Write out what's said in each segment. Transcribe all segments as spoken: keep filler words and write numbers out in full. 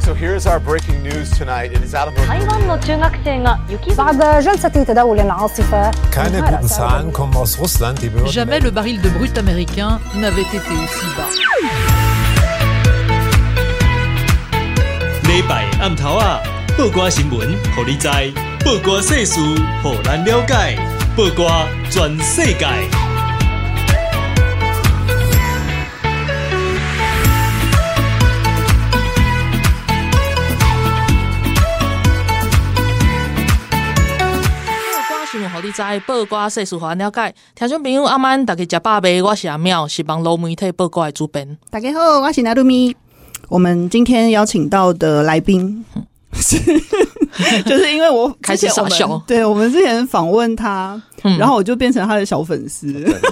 so here's our breaking news tonight. It is out of 台湾的中学生が雪 بعد جلسة تداول العاصفة Keine guten Zahlen kommen aus Russland. Die Behörden Jamais le baril de brut américain n'avait été aussi bas. 礼拜暗头啊，报歌新闻，互你知；报歌世事，互咱了解。报歌全世界。 互你知报歌世事，互咱了解。听众朋友，阿曼大家食饱未？我是阿妙，是网络媒体报歌的主编。 大家好，我是纳鲁咪。我们今天邀请到的来宾，是就是因为我开始傻笑， 对我们之前访问他、嗯，然后我就变成他的小粉丝。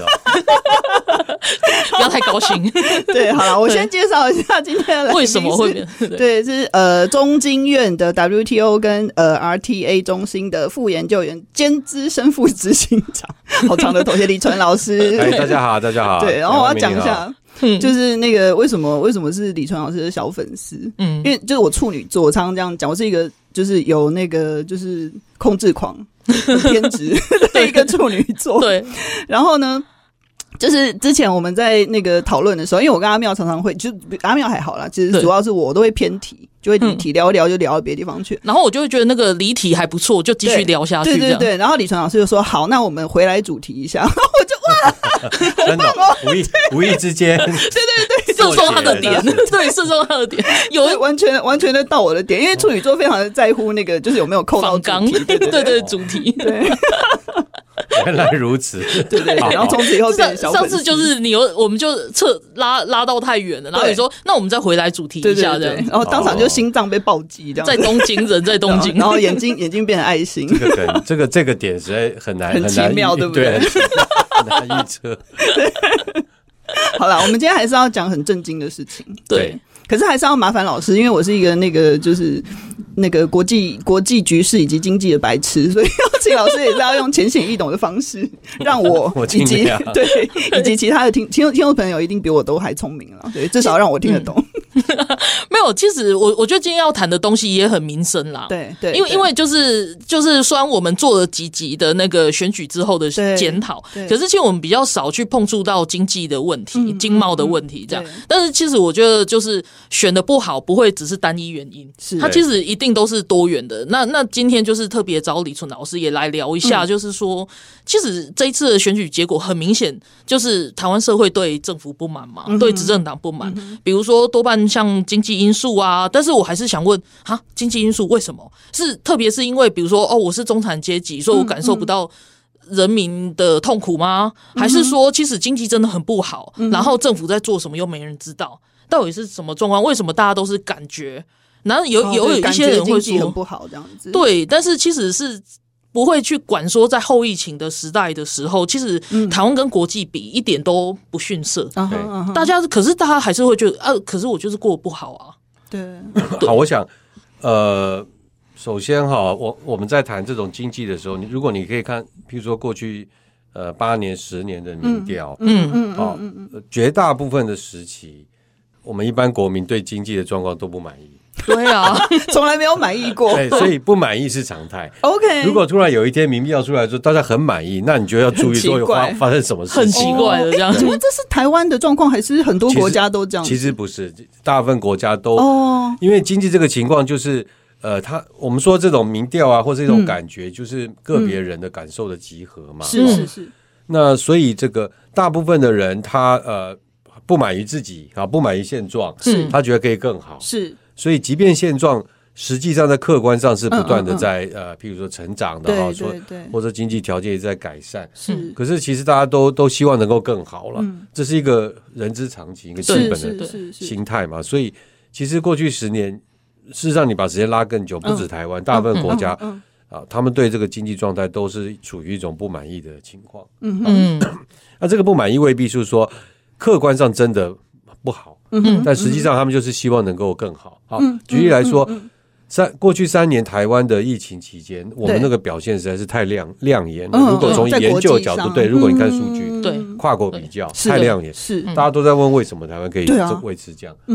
不要太高兴。 对，好了，我先介绍一下今天的来宾。 为什么会变？ 对，是呃中经院的 W T O 跟呃 R T A 中心的副研究员兼资深副执行长，好长的头衔，李纯老师。 哎，大家好，大家好。 对，然后我要讲一下。就是那个为什么为什么是李纯老师的小粉丝？嗯，因为就是我处女座，我常常这样讲，我是一个就是有那个就是控制狂、偏执的一个处女座。对，然后呢？就是之前我们在那个讨论的时候，因为我跟阿妙常常会，就阿妙还好啦，其实主要是我都会偏题，就会离题聊一聊就聊到别的地方去、嗯， 然后我就会觉得那个离题还不错，就继续聊下去。对对对， 然后李纯老师就说：“好，那我们回来主题一下。”我就哇， 真的无意无意之间， 对对对，射中他的点，对，射中他的点，有完全完全的到我的点，因为处女座非常的在乎那个，就是有没有扣到主题，对对对, 对, 对主题， 对。 原来如此， 对对对，然后从此以后变成小粉丝。 上次就是你有，我们就撤拉拉到太远了，然后你说那我们再回来主题一下这样， 然后当场就心脏被暴击这样， 在东京人在东京， 然后眼睛眼睛变成爱心。 这个梗，这个这个点实在很难很奇妙，对不对？ 很难预测。 好啦，我们今天还是要讲很震惊的事情， 对。 可是还是要麻烦老师，因为我是一个那个就是那个国际国际局势以及经济的白痴，所以要请老师也是要用浅显易懂的方式，让我以及对以及其他的听听听众朋友一定比我都还聪明了，对，至少让我听得懂。 嗯、没有，其实我我觉得今天要谈的东西也很民生啦， 对对， 因为因为就是就是虽然我们做了几集的那个选举之后的检讨，可是其实我们比较少去碰触到经济的问题、嗯、经贸的问题这样、嗯，但是其实我觉得就是选的不好不会只是单一原因，是它其实一定都是多元的。那那今天就是特别找李纯老师也来聊一下、嗯、就是说其实这一次的选举结果很明显就是台湾社会对政府不满嘛、嗯、对执政党不满、嗯、比如说多半像经济因素啊，但是我还是想问啊，经济因素为什么是特别是因为比如说哦我是中产阶级所以我感受不到人民的痛苦吗、嗯、还是说其实经济真的很不好、嗯、然后政府在做什么又没人知道，到底是什么状况？为什么大家都是感觉？然后有、哦、有一些人会说很不好这样子， 对，但是其实是不会去管说在后疫情的时代的时候，其实台湾跟国际比一点都不逊色。嗯、大家可是大家还是会觉得，啊，可是我就是过得不好啊。 对， 好，我想，呃，首先哈，我我们在谈这种经济的时候，你如果你可以看，譬如说过去呃八年、十年的民调，嗯嗯嗯嗯嗯，绝大部分的时期。我们一般国民对经济的状况都不满意， 对啊， 从来没有满意过， 对，所以不满意是常态。 OK， 如果突然有一天民调出来说大家很满意，那你就要注意说有发发生什么事情， 很奇怪的这样。 请问这是台湾的状况，还是很多国家都这样？ 其实不是，大部分国家都哦，因为经济这个情况就是呃，他我们说这种民调啊，或是这种感觉，嗯、就是个别人的感受的集合嘛。 是是是。 那所以这个大部分的人他呃。不满于自己啊，不满于现状，是他觉得可以更好，是，所以即便现状实际上在客观上是不断的在、嗯嗯嗯、呃，譬如说成长的哈，说或者经济条件也在改善，是，可是其实大家都都希望能够更好了、嗯，这是一个人之常情，一个基本的心态嘛。所以其实过去十年，事实上你把时间拉更久，不止台湾，嗯、大部分国家、嗯嗯嗯、啊，他们对这个经济状态都是处于一种不满意的情况。嗯嗯，那这个不满意未必是说。客观上真的不好、嗯，但实际上他们就是希望能够更好。好，嗯、举例来说，嗯嗯、三过去三年台湾的疫情期间，我们那个表现实在是太亮亮眼了。如果从研究角度，对，如果你看数据，对、嗯，跨国比较太亮眼，是大家都在问为什么台湾可以维持这样。嗯，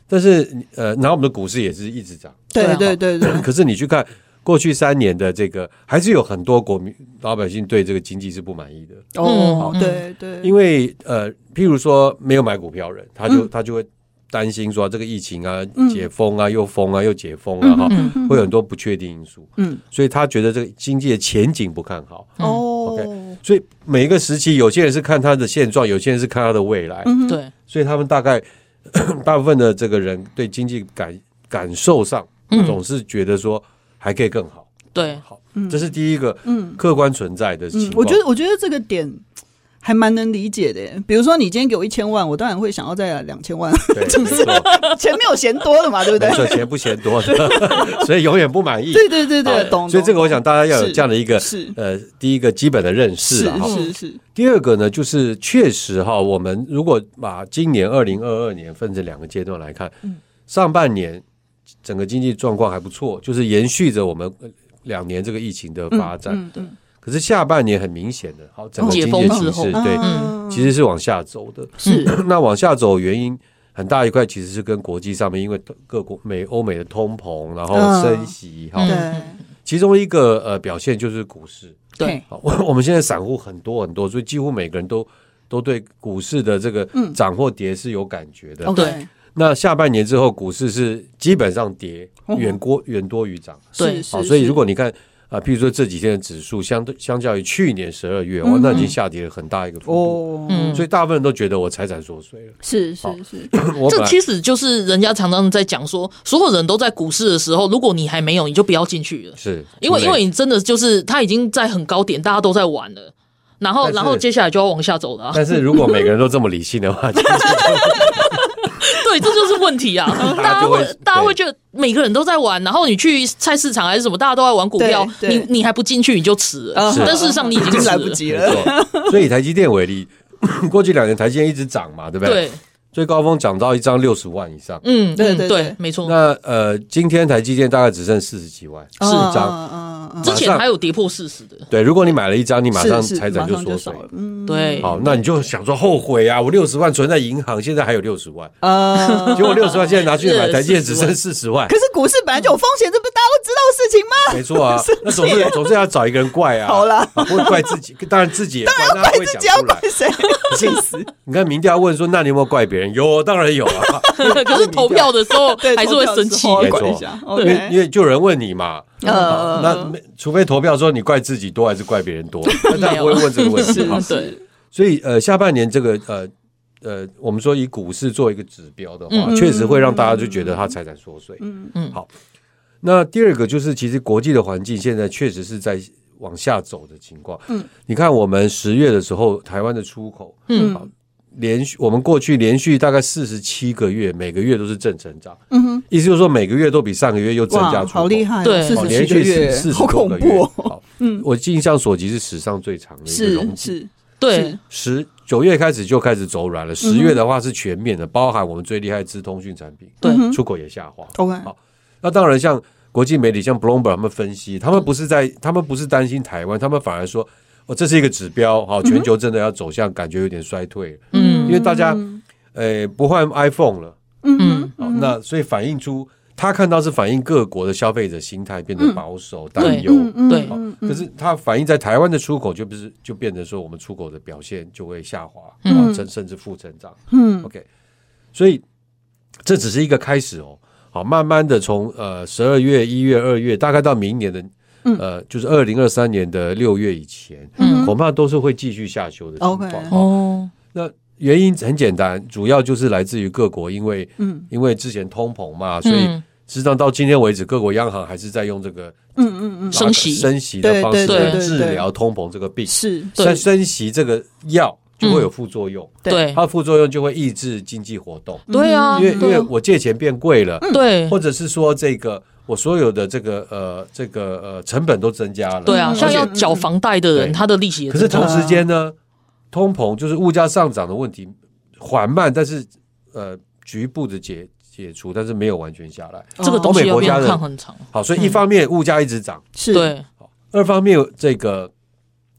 但是呃，然后我们的股市也是一直涨， 对对对对。 可是你去看过去三年的这个，还是有很多国民老百姓对这个经济是不满意的。 哦，对对， 因为呃，譬如说没有买股票人，他就、嗯、他就会担心说这个疫情啊，解封啊，又封啊，又解封啊，哈、嗯，会有很多不确定因素。嗯，所以他觉得这个经济的前景不看好。哦 ，OK， 所以每一个时期，有些人是看他的现状，有些人是看他的未来。 嗯，对， 所以他们大概大部分的这个人对经济感感受上，总是觉得说还可以更好。 对， 好，这是第一个客观存在的情况。 嗯、我觉得，我觉得这个点还蛮能理解的。比如说，你今天给我一千万，我当然会想要再来两千万，就是钱没有嫌多的嘛，对不对？ 没错，钱不嫌多的，所以永远不满意。 对对对对，懂。 所以这个，我想大家要有这样的一个呃，第一个基本的认识啊。 是是是。 第二个呢，就是确实哈，我们如果把今年二零二二年分成两个阶段来看，嗯、上半年整个经济状况还不错，就是延续着我们两年这个疫情的发展。嗯嗯、可是下半年很明显的，好，整个经济形势对、嗯，其实是往下走的。是那往下走原因很大一块，其实是跟国际上面，因为各国美欧美的通膨，然后升息，哈、嗯，其中一个呃表现就是股市。 对， 我我们现在散户很多很多，所以几乎每个人都都对股市的这个涨或跌是有感觉的。 对、嗯， 那下半年之后，股市是基本上跌，远多远多于涨。 对， 好，所以如果你看啊、呃，譬如说这几天的指数相对相较于去年十二月，哇、嗯，那已经下跌了很大一个幅度。嗯，所以大部分人都觉得我财产缩水了。 是是是， 这其实就是人家常常在讲说，所有人都在股市的时候，如果你还没有，你就不要进去了。 是， 因为因为你真的就是它已经在很高点，大家都在玩了。然后，然后接下来就要往下走了、啊。 但是如果每个人都这么理性的话，对， 这就是问题啊！大家会，大家会觉得每个人都在玩，然后你去菜市场还是什么，大家都在玩股票，你你还不进去，你就迟了。但事实上你已经来不及了。 所以以台积电为例，过去两年台积电一直涨嘛，对不对？ 对。 最高峰涨到一张六十万以上， 嗯，对对对，没错。 那呃，今天台积电大概只剩四十几万，是一张， 嗯嗯，之前还有跌破四十的。 对，如果你买了一张，你马上财产就缩水了， 嗯，对。 好，那你就想说后悔啊，我六十万存在银行，现在还有六十万，啊，结果六十万现在拿去买台积电只剩四十万。 可是股市本来就有风险，这不是大家都知道的事情吗？ 没错啊，那总是总是要找一个人怪啊， 好啦， 不会怪自己，当然自己也怪， 当然要怪自己，要怪谁？气死！ 你看民调问说，那你有没有怪别人？有，当然有。 可是投票的时候还是会生气， 没错，因为因为就有人问你嘛，呃，那除非投票说你怪自己多还是怪别人多，那当然不会问这个问题。 对， 所以呃，下半年这个呃呃，我们说以股市做一个指标的话，确实会让大家就觉得它财产缩水。嗯嗯，好。那第二个就是，其实国际的环境现在确实是在往下走的情况。嗯，你看我们十月的时候，台湾的出口，嗯，好。连续我们过去连续大概四十七个月，每个月都是正成长。嗯哼，意思就是说每个月都比上个月又增加出口， 好厉害、啊！ 对， 连续四十多个月。 好，嗯， 我印象所及是史上最长的一个荣景。 是，对， 十九月开始就开始走软了，十月的话是全面的，包含我们最厉害的资通讯产品，对，出口也下滑。 OK， 好，那当然像国际媒体像 Bloomberg 他们分析，他们不是在，他们不是担心台湾，他们反而说。哦，这是一个指标，好，全球真的要走向感觉有点衰退，嗯，因为大家，呃，不换 iPhone 了，嗯，好，那所以反映出他看到是反映各国的消费者心态变得保守、担忧， 对， 可是它反映在台湾的出口就不是就变成说我们出口的表现就会下滑，嗯，甚甚至负成长，嗯 ，OK， 所以这只是一个开始哦，好，慢慢的从呃十二月、一月、二月，大概到明年的。呃，就是二零二三年的六月以前，嗯，恐怕都是会继续下修的情况。 Okay. 哦，那原因很简单，主要就是来自于各国，因为嗯，因为之前通膨嘛，所以实际上到今天为止，各国央行还是在用这个嗯嗯嗯升息升息的方式来治疗通膨这个病。 是， 但升息这个药就会有副作用， 对， 它的副作用就会抑制经济活动。 对啊， 因为因为我借钱变贵了， 对， 或者是说这个。我所有的这个呃这个呃成本都增加了， 对啊，像要缴房贷的人，他的利息也可是同时间呢，通膨就是物价上涨的问题缓慢，但是呃局部的解解除，但是没有完全下来。 这个东西要看很长。 好，所以一方面物价一直涨， 是对； 二方面这个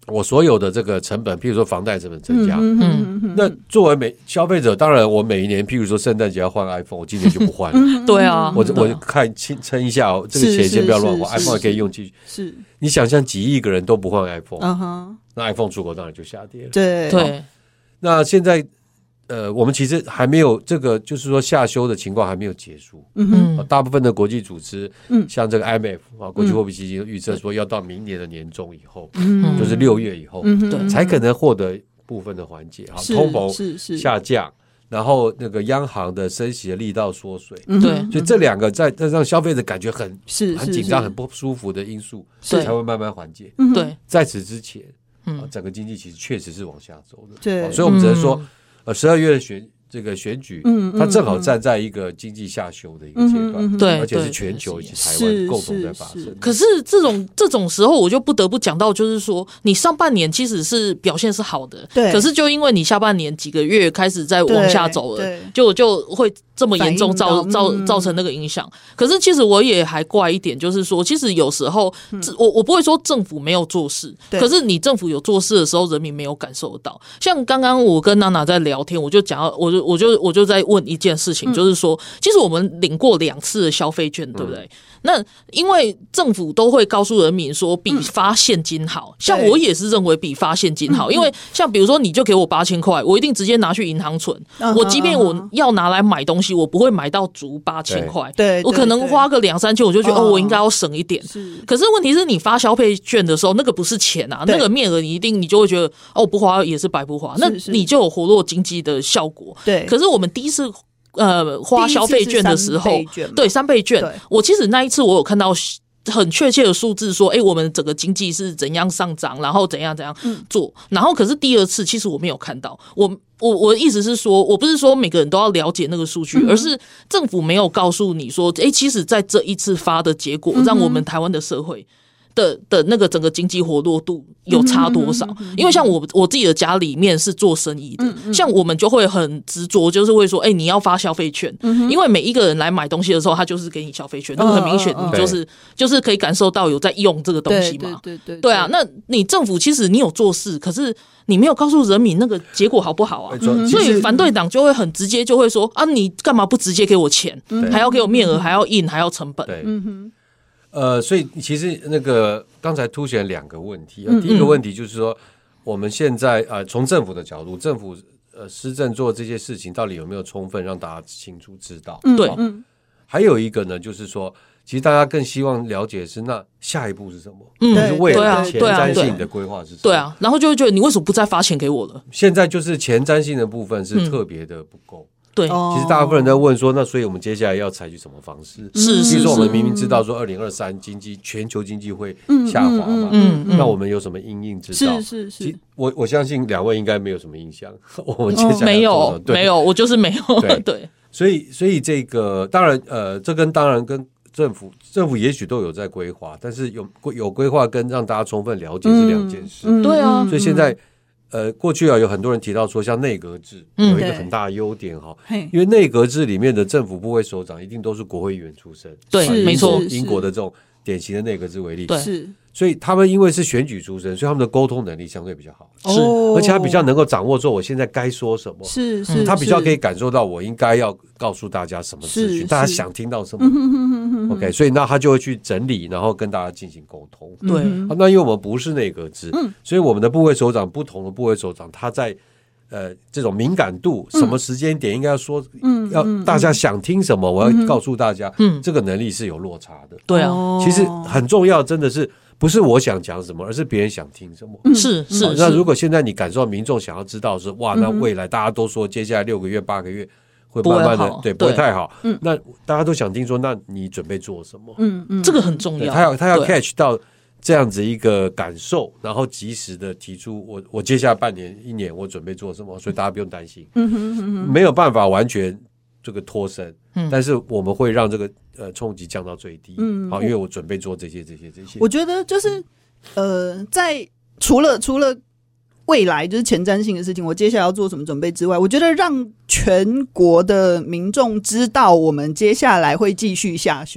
我所有的这个成本，譬如说房贷成本增加，嗯，那作为每消费者，当然我每一年，譬如说圣诞节要换 iPhone， 我今年就不换了， 对啊， 我我看撑一下，这个钱先不要乱花 ，iPhone 也可以用继续。是，你想象几亿个人都不换 iPhone， uh-huh. 那 iPhone 出口当然就下跌了。 对对， 那现在。呃，我们其实还没有这个，就是说下修的情况还没有结束。嗯哼、啊，大部分的国际组织，嗯，像这个 I M F 啊，国际货币基金预测说，要到明年的年中以后，嗯，就是六月以后，嗯，才可能获得部分的缓解啊，通膨下降，然后那个央行的升息的力道缩水， 对， 所以这两个在让消费者感觉很是很紧张、很不舒服的因素，才会慢慢缓解。 对， 在此之前，啊，整个经济其实确实是往下走的。对，所以我们只能说。呃，十二月的选这个选举，嗯，它正好站在一个经济下修的一个阶段， 对、嗯， 而且是全球以及台湾共同在发生。 可是这种这种时候，我就不得不讲到，就是说，你上半年其实是表现是好的，对，可是就因为你下半年几个月开始在往下走了，就就会这么严重造造造成那个影响。可是其实我也还怪一点，就是说，其实有时候、嗯、我我不会说政府没有做事，可是你政府有做事的时候，人民没有感受到。像刚刚我跟娜娜在聊天，我就讲到，我就我就我就在问一件事情，嗯、就是说，其实我们领过两次的消费券，对不对？嗯、那因为政府都会告诉人民说，比发现金好。嗯、像我也是认为比发现金好，因为像比如说，你就给我八千块，我一定直接拿去银行存。嗯、我即便我要拿来买东西，我不会买到足八千块，对，我可能花个两三千，我就觉得 哦, 哦，我应该要省一点。是，可是问题是你发消费券的时候，那个不是钱啊，那个面额你一定你就会觉得哦，不花也是白不花，那你就有活络经济的效果。对，可是我们第一次呃花消费券的时候，对三倍券，我其实那一次我有看到很确切的数字说，哎，我们整个经济是怎样上涨，然后怎样怎样做，嗯、然后可是第二次其实我没有看到，我我我的意思是说，我不是说每个人都要了解那个数据，嗯、而是政府没有告诉你说，哎，其实在这一次发的结果，让我们台湾的社会的的那个整个经济活络度有差多少？嗯、因为像我我自己的家里面是做生意的，嗯、像我们就会很执着，就是会说，哎、欸，你要发消费券，嗯、因为每一个人来买东西的时候，他就是给你消费券，那个很明显，你就是、哦、就是可以感受到有在用这个东西嘛。对对 对, 对, 对啊，那你政府其实你有做事，可是你没有告诉人民那个结果好不好啊？嗯、所以反对党就会很直接，就会说啊，你干嘛不直接给我钱，嗯、还要给我面额，还要印，还要成本？对，嗯哼。 呃，所以其实那个刚才凸显两个问题啊。嗯、第一个问题就是说，我们现在呃，从政府的角度，政府呃施政做这些事情，到底有没有充分让大家清楚知道？嗯、对。嗯、还有一个呢，就是说，其实大家更希望了解的是，那下一步是什么？嗯，就是未来前瞻性的规划是什么？ 对啊，然后就会觉得你为什么不再发钱给我了？ 现在就是前瞻性的部分是特别的不够。嗯对，其实大部分人在问说，那所以我们接下来要采取什么方式？是，比如说我们明明知道说，二零二三经济全球经济会下滑嘛，嗯嗯，那我们有什么因应之道？是是是，我我相信两位应该没有什么印象，我们接下来没有没有，我就是没有，对对， 所以所以这个当然呃，这跟当然跟政府政府也许都有在规划，但是有有规划跟让大家充分了解是两件事， 对啊， 所以现在。呃，过去啊，有很多人提到说，像内阁制有一个很大的优点哈，嗯、因为内阁制里面的政府部会首长一定都是国会议员出身， 对，没错， 英国的这种典型的内阁制为例，对，是，所以他们因为是选举出身，所以他们的沟通能力相对比较好，是，而且他比较能够掌握说我现在该说什么，是是、嗯，他比较可以感受到我应该要告诉大家什么资讯，大家想听到什么、嗯、，OK， 所以那他就会去整理，然后跟大家进行沟通，对、嗯啊，那因为我们不是内阁制，嗯，所以我们的部会首长，不同的部会首长，他在。呃，这种敏感度，什么时间点应该要说，嗯，要大家想听什么，嗯、我要告诉大家，嗯，这个能力是有落差的。 对啊， 其实很重要，真的是不是我想讲什么，而是别人想听什么。 是是。 那如果现在你感受到民众想要知道是，哇，那未来大家都说接下来六个月、八个月会慢慢的，对，不会太好。嗯，那大家都想听说，那你准备做什么？ 嗯嗯，这个很重要。 他要他要 catch 到。这样子一个感受，然后及时的提出我我接下来半年一年我准备做什么，所以大家不用担心，嗯哼哼哼没有办法完全这个脱身，嗯、但是我们会让这个呃冲击降到最低，嗯，好，因为我准备做这些这些这些。 我觉得就是呃，在除了除了未来就是前瞻性的事情，我接下来要做什么准备之外，我觉得让全国的民众知道我们接下来会继续下修。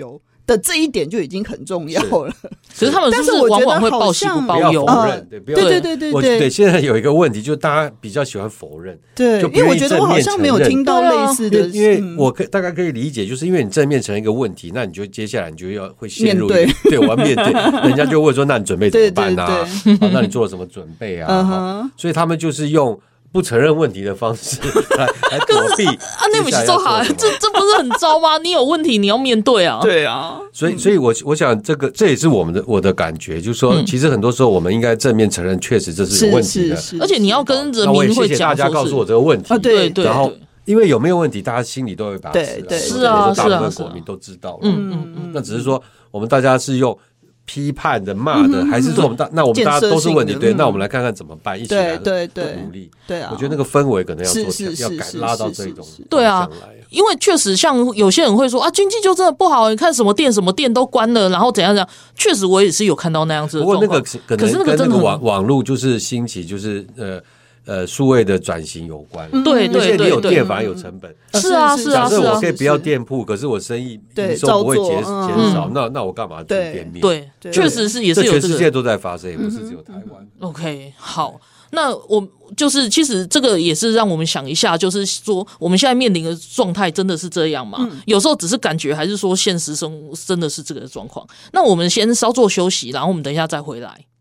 的这一点就已经很重要了。 可是他们是不是往往会报喜不报忧？ 不要否认，对，不要对对对对对对。现在有一个问题，就是大家比较喜欢否认， 对，因为我觉得我好像没有听到类似的， 因为我可大概可以理解，就是因为你正面承认一个问题，那你就接下来你就要会陷入对，对我要面对，人家就问说，那你准备怎么办啊？对对对，那你做了什么准备啊？ uh-huh. 所以他们就是用不承认问题的方式来来躲避啊，那不是说好，这这不是很糟吗？你有问题，你要面对啊。 对啊， 所以，所以我我想，这个这也是我们的我的感觉，就是说，嗯、其实很多时候我们应该正面承认，确实这是有问题的。 是是是， 而且你要跟人民会讲，谢谢大家告诉我这个问题。 啊、对对， 然后因为有没有问题，大家心里都会把持。 对对， 是啊， 大部分国民都知道了。嗯嗯嗯，那只是说，我们大家是用批判的、骂的，还是说我们大那我们大家都是问题？对，那我们来看看怎么办，一起来对对努力。 对啊， 我觉得那个氛围可能要做要改拉到这种对啊，因为确实像有些人会说啊，经济就真的不好，你看什么店什么店都关了，然后怎样怎样。确实我也是有看到那样子的状况。 不过那个可能跟那个网网络就是兴起，就是呃。呃，数位的转型有关， 对对对， 你有店反而有成本， 是啊是啊， 假设我可以不要店铺，可是我生意营收不会减减少，那那我干嘛去店面？ 对，确实是也是有这个， 全世界都在发生，也不是只有台湾。 OK， 好，那我就是其实这个也是让我们想一下，就是说我们现在面临的状态真的是这样吗？有时候只是感觉，还是说现实生真的是这个状况？那我们先稍作休息，然后我们等一下再回来。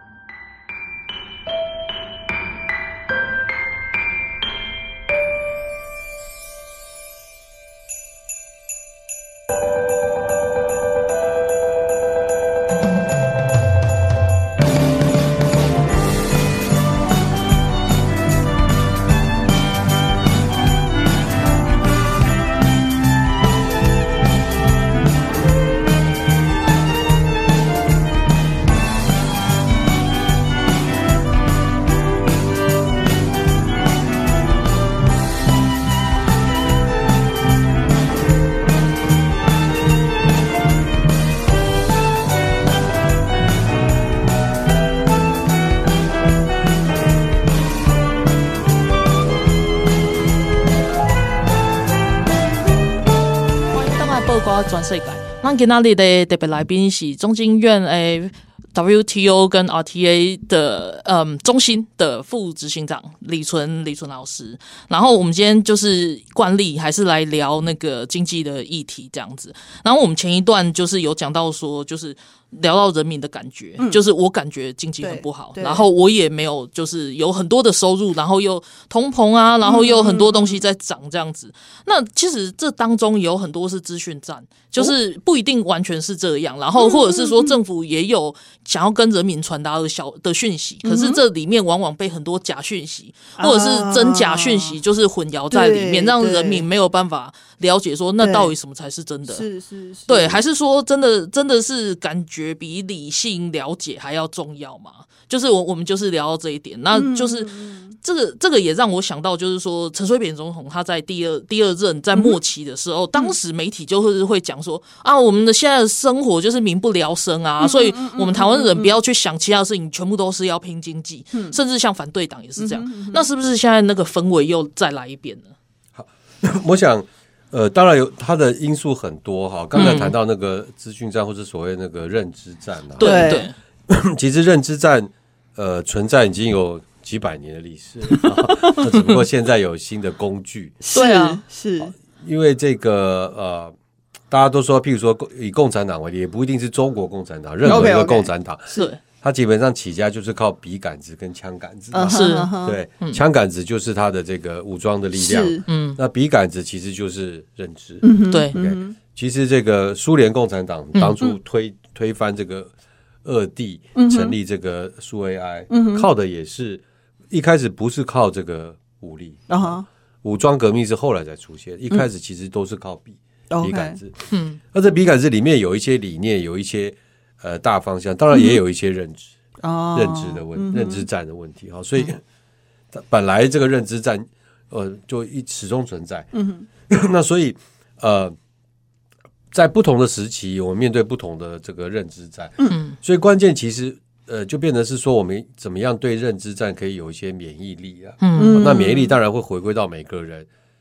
全世界，咱今仔日的特别来宾是中经院诶 W T O 跟 R T A 的嗯中心的副执行长李纯李纯老师。然后我们今天就是惯例，还是来聊那个经济的议题这样子。然后我们前一段就是有讲到说，就是聊到人民的感觉、嗯、就是我感觉经济很不好，然后我也没有就是有很多的收入，然后又通膨啊，然后又有很多东西在涨这样子、嗯、那其实这当中有很多是资讯战，就是不一定完全是这样，然后或者是说政府也有想要跟人民传达的小的讯息、嗯、可是这里面往往被很多假讯息、嗯、或者是真假讯息就是混淆在里面、啊、让人民没有办法了解说那到底什么才是真的， 是是是， 对，还是说真的真的是感觉比理性了解还要重要嘛？就是我我们就是聊到这一点，那就是这个这个也让我想到，就是说陈水扁总统他在第二第二任在末期的时候，嗯、当时媒体就是会讲说啊，我们的现在的生活就是民不聊生啊，嗯、所以我们台湾人不要去想其他的事情，全部都是要拼经济，嗯、甚至像反对党也是这样、嗯。那是不是现在那个氛围又再来一遍呢？ 好，我想。呃，当然有它的因素很多哈。刚才谈到那个资讯战或者所谓那个认知战啊， 对对， 其实认知战呃存在已经有几百年的历史了，那只不过现在有新的工具。 对啊， 是因为这个呃，大家都说，譬如说以共产党为例，也不一定是中国共产党，任何一个共产党 okay, okay, 是。 他基本上起家就是靠笔杆子跟枪杆子嘛， 是， 对，枪杆子就是他的这个武装的力量，嗯，那笔杆子其实就是认知， 嗯，对， okay, 其实这个苏联共产党当初推、嗯、推翻这个俄帝，成立这个苏维埃、嗯，靠的也是一开始不是靠这个武力，啊，武装革命是后来才出现，一开始其实都是靠笔、嗯、笔杆子，嗯，那这笔杆子里面有一些理念，有一些。呃，大方向当然也有一些认知、嗯、认知的问、嗯、认知战的问题哈，所以、嗯、本来这个认知战呃就一始终存在，嗯，那所以呃在不同的时期，我们面对不同的这个认知战，嗯，所以关键其实呃就变成是说我们怎么样对认知战可以有一些免疫力啊，嗯，那免疫力当然会回归到每个人。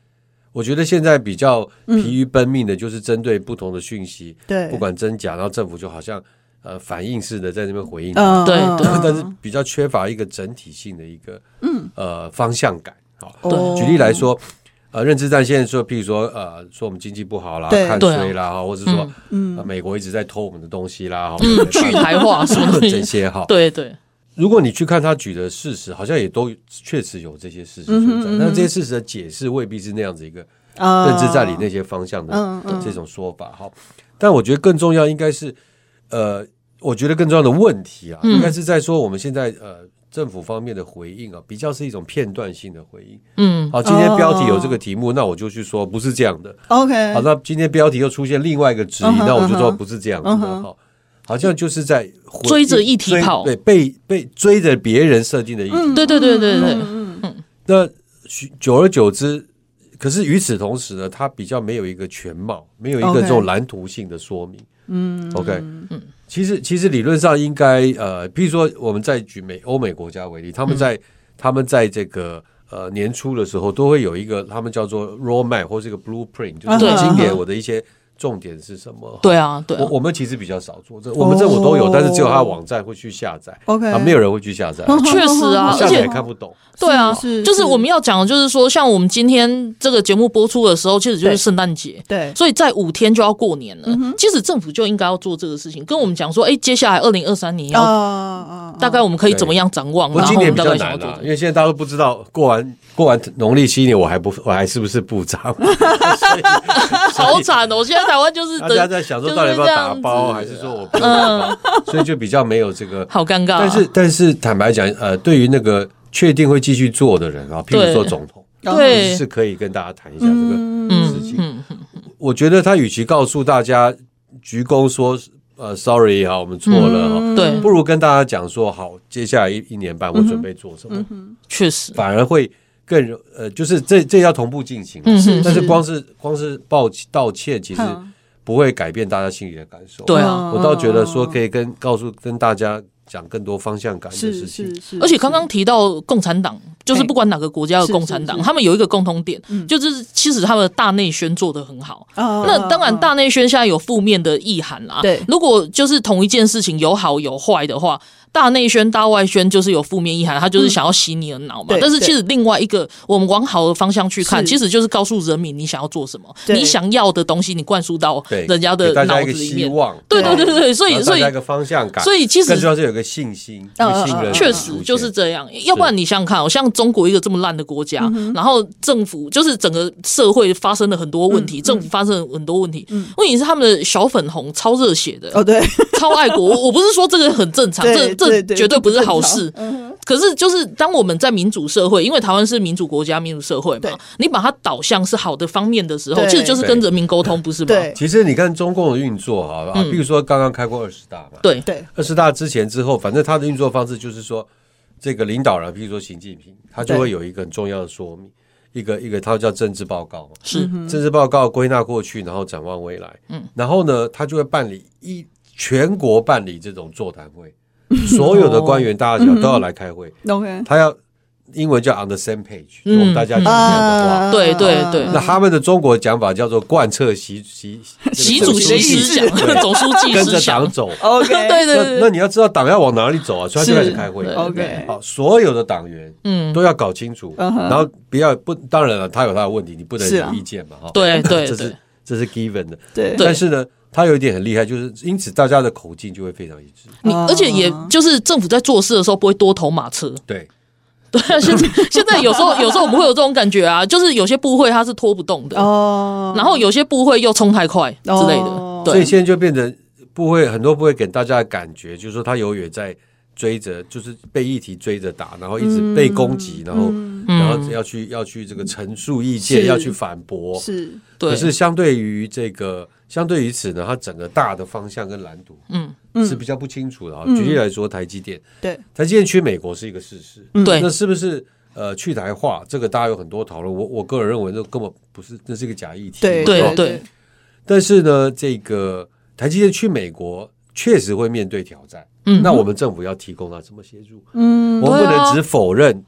我觉得现在比较疲于奔命的，就是针对不同的讯息， 对、嗯， 不管真假，然后政府就好像呃反应式的在那边回应， 嗯，对对， 但是比较缺乏一个整体性的一个嗯呃方向感。好， 对， 举例来说，呃，认知战现在说，譬如说呃说我们经济不好啦，看衰啦，啊、或者说嗯、呃、美国一直在偷我们的东西啦， 嗯，去台化什么这些哈， 对对。 如果你去看他举的事实，好像也都确实有这些事实存在，但、嗯、这些事实的解释未必是那样子一个认知战里那些方向的这种说法。好，但我觉得更重要应该是，呃，我觉得更重要的问题啊，嗯、应该是在说我们现在呃政府方面的回应啊，比较是一种片段性的回应。嗯，好，今天标题有这个题目，哦、那我就去说不是这样的。 OK， 好，那今天标题又出现另外一个质疑，嗯、那我就说不是这样子的。好。嗯好像就是在追着议题跑， 对，被被追着别人设定的议题， 嗯、对对对对对，嗯嗯。 那久而久之，可是与此同时呢，它比较没有一个全貌，没有一个这种蓝图性的说明。嗯 ，OK， 嗯，其实其实理论上应该呃，譬如说我们再举美欧美国家为例，他们在、嗯、他们在这个呃年初的时候，都会有一个他们叫做 roadmap 或是一个 blueprint， 就是今年我的一些。重点是什么？ 对啊，对啊， 我我们其实比较少做这，我们政府都有，但是只有他的网站会去下载 ，OK， 啊，没有人会去下载， 确实啊， 下载也看不懂。 对啊，是就是我们要讲的就是说，像我们今天这个节目播出的时候，其实就是圣诞节， 对， 所以在五天就要过年了。其实政府就应该要做这个事情，跟我们讲说，哎，接下来二零二三年要大概我们可以怎么样展望？ 然后今年比较难啊，因为现在大家都不知道过完过完农历新年，我还不我还是不是部长？ 好惨哦！现在台湾就是大家在想说，到底要不要打包，还是说我不用打包？所以就比较没有这个， 好尴尬。 但是但是坦白讲，呃，对于那个确定会继续做的人啊，譬如说总统， 对， 是可以跟大家谈一下这个事情。我觉得他与其告诉大家鞠躬说呃 sorry 哈，我们错了哈， 对， 不如跟大家讲说好，接下来一一年半我准备做什么， 确实， 反而会。更呃，就是这这要同步进行，嗯，是但是光是光是抱道歉，其实不会改变大家心里的感受。 对啊， 我倒觉得说可以跟告诉跟大家讲更多方向感的事情。 是是是， 而且刚刚提到共产党，就是不管哪个国家的共产党，他们有一个共同点，就是其实他们的大内宣做得很好。那当然，大内宣现在有负面的意涵啦。 对， 如果就是同一件事情有好有坏的话。大内宣、大外宣就是有负面意涵，他就是想要洗你的脑嘛。嗯、但是其实另外一个，我们往好的方向去看，其实就是告诉人民你想要做什么，你想要的东西，你灌输到人家的脑子里面。对对对对，所以所以一个方向感， 所以其实更重要是有一个信心，呃、信任。 确实就是这样，要不然你想想看哦，像中国一个这么烂的国家，嗯、然后政府就是整个社会发生了很多问题，嗯、政府发生了很多问题。嗯、问题是他们的小粉红超热血的哦，对， 超爱国。我我不是说这个很正常，这这绝对不是好事。可是就是当我们在民主社会，因为台湾是民主国家、民主社会嘛，你把它导向是好的方面的时候，其实就是跟人民沟通，不是吗？ 对。 其实你看中共的运作啊，嗯、比如说刚刚开过二十大嘛， 对对， 二十大之前之后，反正他的运作方式就是说，这个领导人，比如说习近平，他就会有一个很重要的说明。一个一个，它叫政治报告嘛， 是政治报告归纳过去，然后展望未来。嗯，然后呢，他就会办理一全国办理这种座谈会，所有的官员大家都要来开会。 OK， 他要英文叫 on the same page，嗯、我们大家讲这样的话。 嗯、对对对。 那他们的中国讲法叫做贯彻习习习主席思想，总书记跟着党走。 OK， 对对对。 那你要知道党要往哪里走啊，所以他就开始开会。 OK， 好，所有的党员嗯都要搞清楚， 嗯、 然后不要不当然了，他有他的问题，你不能有意见嘛。哈、啊， 对对， 这是这是 given 的。 对， 但是呢。他有一点很厉害，就是因此大家的口径就会非常一致。 你而且也就是政府在做事的时候不会多头马车。 对， 对啊，现在现在有时候有时候我们会有这种感觉啊，就是有些部会它是拖不动的哦，然后有些部会又冲太快之类的，哦、 所以现在就变成部会很多部会给大家的感觉，就是说他永远在追着，就是被议题追着打，然后一直被攻击，嗯、然后、嗯、然后要去要去这个陈述意见，要去反驳， 是， 对。 可是相对于这个。相对于此呢，它整个大的方向跟蓝图，嗯，是比较不清楚的啊。嗯、举例来说，台积电， 对， 台积电去美国是一个事实， 对、嗯， 那是不是呃去台化？这个大家有很多讨论。我我个人认为，这根本不是，这是一个假议题。 对对对。 但是呢，这个台积电去美国确实会面对挑战，嗯，那我们政府要提供它什么协助？嗯，我们不能只否认。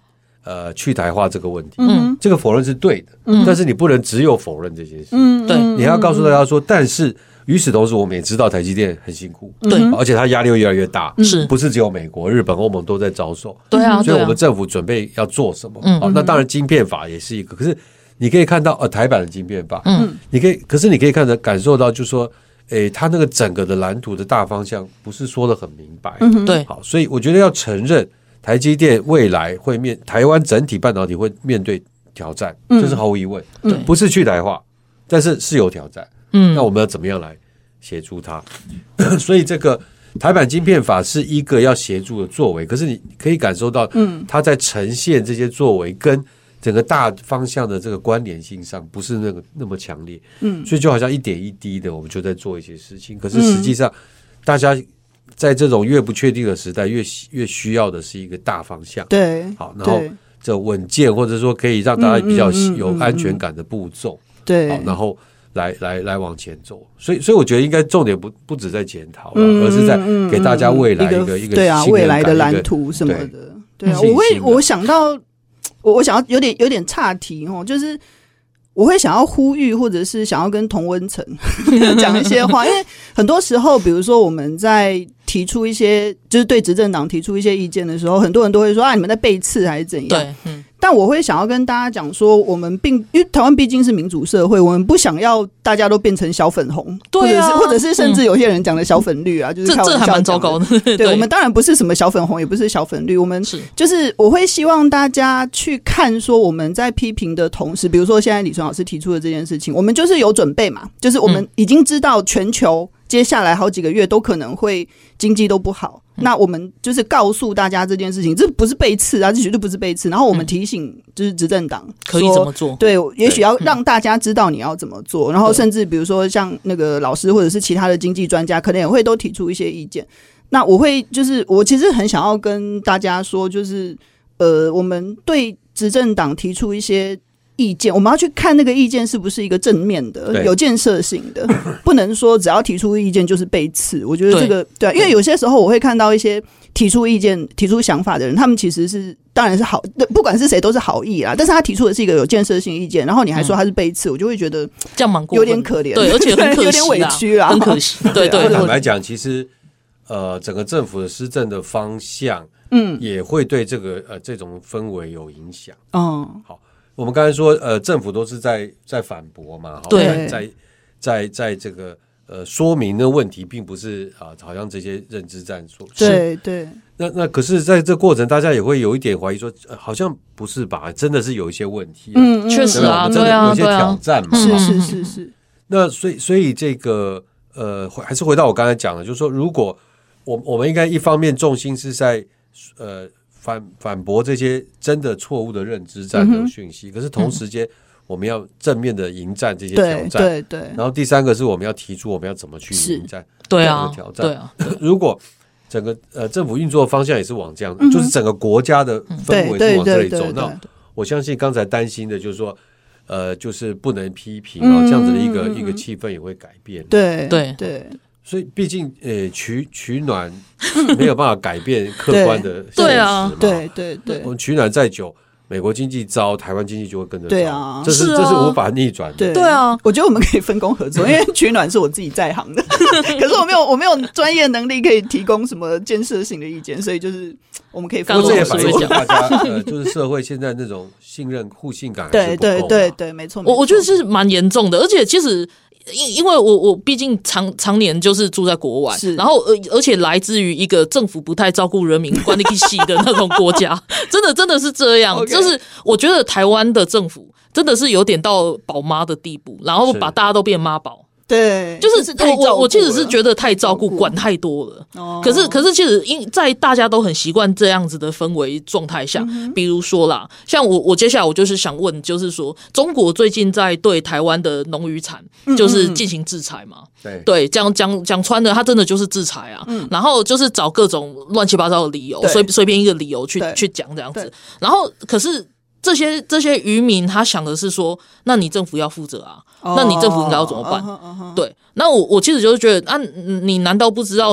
呃去台化这个问题，嗯，这个否认是对的，嗯，但是你不能只有否认这件事， 嗯，对， 你还要告诉大家说，但是与此同时，我们也知道台积电很辛苦， 对， 而且它压力会越来越大， 是不是只有美国、日本、欧盟都在遭受？ 对啊， 所以我们政府准备要做什么？ 嗯， 好，那当然晶片法也是一个，可是你可以看到，呃，台版的晶片法，嗯，你可以，可是你可以看得感受到，就是说，诶，它那个整个的蓝图的大方向不是说得很明白， 嗯，对， 好，所以我觉得要承认台积电未来会面台湾整体半导体会面对挑战，这、嗯、是毫无疑问，对，不是去台化，但是是有挑战，嗯，那我们要怎么样来协助它？所以这个台版晶片法是一个要协助的作为，可是你可以感受到，嗯，它在呈现这些作为跟整个大方向的这个关联性上不是那个那么强烈，嗯，所以就好像一点一滴的我们就在做一些事情，可是实际上大家在这种越不确定的时代越越需要的是一个大方向， 对， 好，然后这稳健或者说可以让大家比较有安全感的步骤， 对， 好，然后来来来往前走，所以所以我觉得应该重点不不只在检讨了，嗯，而是在给大家未来一个一个对啊未来的蓝图什么的，对啊，我会我想到。我我想要有点有点岔题哦，就是我会想要呼吁，或者是想要跟同温层讲一些话，因为很多时候，比如说我们在提出一些，就是对执政党提出一些意见的时候，很多人都会说啊，你们在背刺还是怎样？ 对，嗯。 但我会想要跟大家讲说，我们并因为台湾毕竟是民主社会，我们不想要大家都变成小粉红， 对啊， 或者是或者是甚至有些人讲的小粉绿啊，嗯、就是开玩笑这这还蛮糟糕的。 对, 对，我们当然不是什么小粉红，也不是小粉绿，我们是就是我会希望大家去看说我们在批评的同时，比如说现在李纯老师提出的这件事情，我们就是有准备嘛，就是我们已经知道全球接下来好几个月都可能会经济都不好。那我们就是告诉大家这件事情，这不是背刺啊，这绝对不是背刺。然后我们提醒就是执政党可以怎么做， 对，也许要让大家知道你要怎么做。然后甚至比如说像那个老师或者是其他的经济专家，可能也会都提出一些意见。那我会就是我其实很想要跟大家说，就是呃，我们对执政党提出一些意见，我们要去看那个意见是不是一个正面的、有建设性的，不能说只要提出意见就是被刺。我觉得这个 对, 对、啊，因为有些时候我会看到一些提出意见、提出想法的人，他们其实是当然是好，不管是谁都是好意啦，但是他提出的是一个有建设性意见，然后你还说他是被刺，我就会觉得这样蛮有点可怜， 对，而且很可惜， 有点委屈啦， 很可惜。对对， 坦白讲，其实呃，整个政府的施政的方向，嗯，也会对这个呃这种氛围有影响。嗯，好。我们刚才说，呃，政府都是在在反驳嘛， 对， 在在在这个呃说明的问题，并不是啊、呃，好像这些认知战所对对。 那那可是在这过程，大家也会有一点怀疑说，呃、好像不是吧？真的是有一些问题、啊， 嗯，确实啊， 真的有一些挑战嘛， 是是是是。 那所以所以这个呃，还是回到我刚才讲的，就是说，如果我我们应该一方面重心是在呃。反反驳这些真的错误的认知战的讯息、嗯，可是同时间我们要正面的迎战这些挑战， 对 对, 对。 然后第三个是我们要提出我们要怎么去迎战这个挑战， 对啊。对啊如果整个呃政府运作的方向也是往这样、嗯，就是整个国家的氛围是往这里走，那我相信刚才担心的就是说，呃，就是不能批评啊、嗯，这样子的一个、嗯、一个气氛也会改变， 对对对。 所以，毕竟，呃，取取暖没有办法改变客观的现实对啊， 对对对。 我们取暖再久，美国经济糟，台湾经济就会跟着糟。 对啊， 这是, 是、啊、这是无法逆转的。 对对啊， 我觉得我们可以分工合作，因为取暖是我自己在行的，可是我没有我没有专业能力可以提供什么建设性的意见，所以就是我们可以分工合作。 这也反映大家呃，就是社会现在那种信任互信感还是不够、啊。 对对对对，没错。 我我觉得是蛮严重的，而且其实。因因为我我毕竟常常年就是住在国外，然后而而且来自于一个政府不太照顾人民、管理细的那种国家，真的真的是这样。Okay. 就是我觉得台湾的政府真的是有点到宝妈的地步，然后把大家都变妈宝。 对， 就是我我我其实是觉得太照顾，管太多了。哦，可是可是其实因在大家都很习惯这样子的氛围状态下，嗯、比如说啦，像我我接下来我就是想问，就是说中国最近在对台湾的农渔产就是进行制裁嘛？ 对、嗯、 对，讲讲讲穿的，他真的就是制裁啊。嗯，然后就是找各种乱七八糟的理由，随随便一个理由去去讲这样子。然后可是。这些这些渔民他想的是说，那你政府要负责啊，哦、那你政府应该要怎么办？哦哦哦、对，那我我其实就是觉得啊，你难道不知道你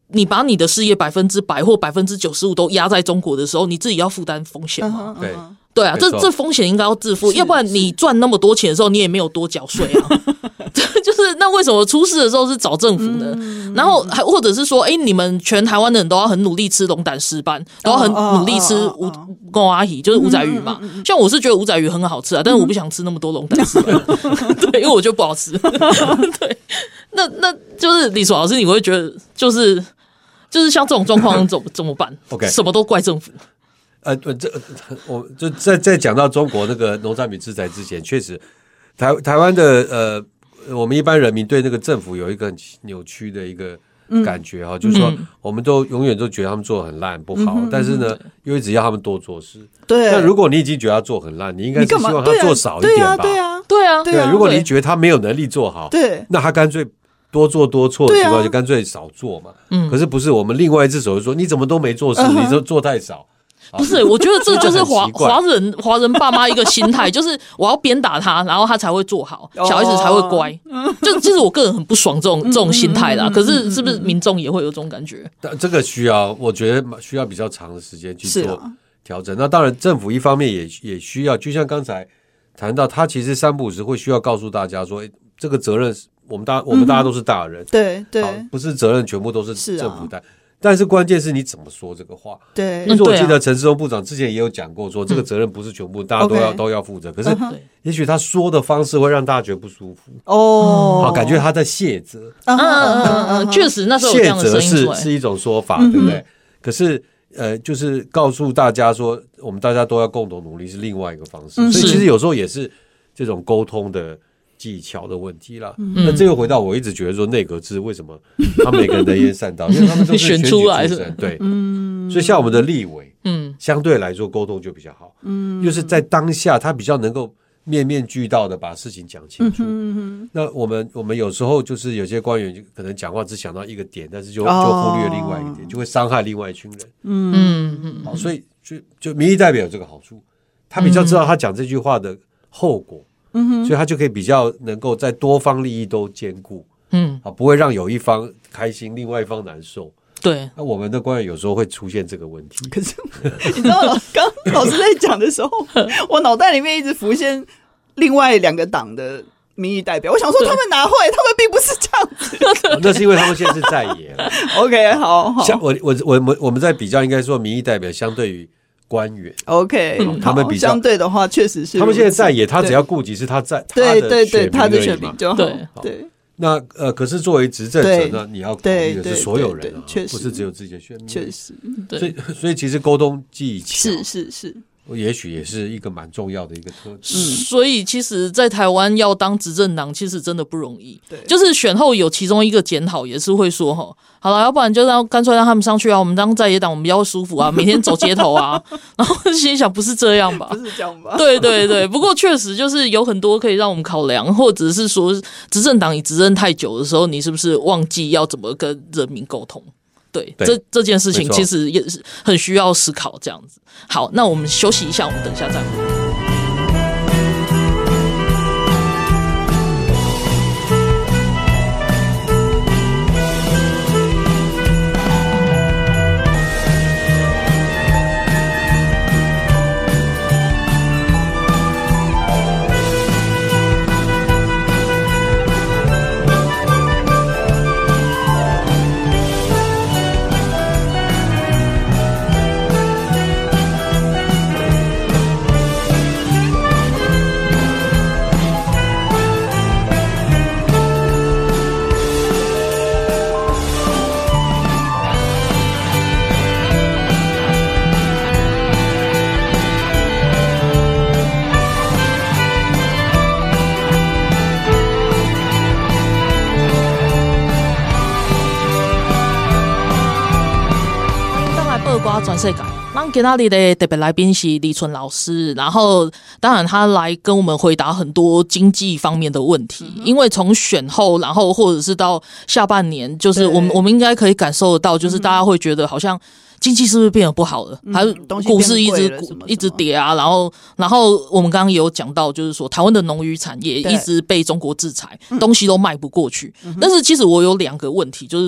你把你的事业百分之百或百分之九十五都压在中国的时候，你自己要负担风险嘛？ 对。 对啊，这这风险应该要自负，要不然你赚那么多钱的时候，你也没有多缴税啊。就是那为什么出事的时候是找政府呢？嗯、然后还或者是说，哎，你们全台湾的人都要很努力吃龙胆石斑，都要很努力吃五公阿姨，就是五仔鱼嘛。嗯嗯嗯、像我是觉得五仔鱼很好吃啊，但是我不想吃那么多龙胆石斑，对，因为我觉得不好吃。对，那那就是李楚老师，你会觉得就是就是像这种状况怎么怎么办 ？OK， 什么都怪政府。 呃，这我就在在讲到中国那个农产品制裁之前，确实台台湾的呃，我们一般人民对那个政府有一个很扭曲的一个感觉哈、嗯，就是说我们都永远都觉得他们做得很烂不好，嗯、但是呢，又一直要他们多做事。对，那如果你已经觉得他做很烂，你应该是希望他做少一点吧？ 对啊， 对啊， 对啊。如果你觉得他没有能力做好，对，那他干脆多做多错的情况就干脆少做嘛。嗯，可是不是我们另外一只手就说你怎么都没做事，你就做太少。 不是，我觉得这就是华华人华人爸妈一个心态，就是我要鞭打他，然后他才会做好，小孩子才会乖。哦、就其实我个人很不爽这种这种心态啦。可是是不是民众也会有这种感觉？ 这个需要，我觉得需要比较长的时间去做调整。啊、那当然，政府一方面也也需要，就像刚才谈到，他其实三不五时会需要告诉大家说，这个责任我们大我们大家都是大人，嗯、 对对， 不是责任全部都是政府担。但是关键是你怎么说这个话？ 对， 因为我记得陈世忠部长之前也有讲过，说这个责任不是全部，嗯、大家都要、okay. 都要负责。可是，也许他说的方式会让大家觉得不舒服哦，好，感觉他在卸责。 嗯嗯嗯嗯，确实那时候有这样的声音出来， 卸责是是一种说法，嗯、对不对？可是呃，就是告诉大家说，我们大家都要共同努力是另外一个方式。嗯、所以其实有时候也是这种沟通的技巧的问题啦。嗯、那这个回到我一直觉得说内阁制为什么他们每个人能言善道，因为他们都是选举出身，对，嗯，所以像我们的立委，嗯，相对来说沟通就比较好，嗯，就是在当下他比较能够面面俱到的把事情讲清楚。嗯嗯、那我们我们有时候就是有些官员就可能讲话只想到一个点，但是就、哦、就忽略另外一个点，就会伤害另外一群人。嗯嗯，好，所以就就民意代表有这个好处，他比较知道他讲这句话的后果。嗯哼，所以他就可以比较能够在多方利益都兼顾，嗯，啊，不会让有一方开心，另外一方难受。 对， 那我们的官员有时候会出现这个问题。 可是你知道，刚老师在讲的时候，我脑袋里面一直浮现另外两个党的民意代表，我想说他们哪会，他们并不是这样子。 那是因为他们现在是在野了。 OK， 好好， 像我我我我我们在比较，应该说民意代表相对于官员 ，OK，、嗯、 他们比较相对的话，确实是他们现在在野，他只要顾及是他在对对对他的选民就好。 对对， 那呃，可是作为执政者呢，你要考虑的是所有人啊，不是只有自己的选民。 确实， 所以所以其实沟通技巧是是是。 也许也是一个蛮重要的一个特质、 嗯，所以其实在台湾要当执政党其实真的不容易，对，就是选后有其中一个检讨也是会说齁，好了，要不然就让干脆让他们上去啊，我们当在野党我们比较舒服啊，每天走街头啊，然后心想不是这样吧， 不是这样吧， 对对对，不过确实就是有很多可以让我们考量，或者是说执政党你执政太久的时候，你是不是忘记要怎么跟人民沟通？对， 对这这件事情其实也是很需要思考这样子。好，那我们休息一下，我们等一下再回来。转世界，那今天的特别来宾是李纯老师，然后当然他来跟我们回答很多经济方面的问题，嗯、因为从选后，然后或者是到下半年，就是我们我们应该可以感受得到，就是大家会觉得好像经济是不是变得不好了，嗯、还是股市一直股一直跌啊，然后然后我们刚刚也有讲到，就是说台湾的农渔产业一直被中国制裁，东西都卖不过去。嗯、但是其实我有两个问题，就是说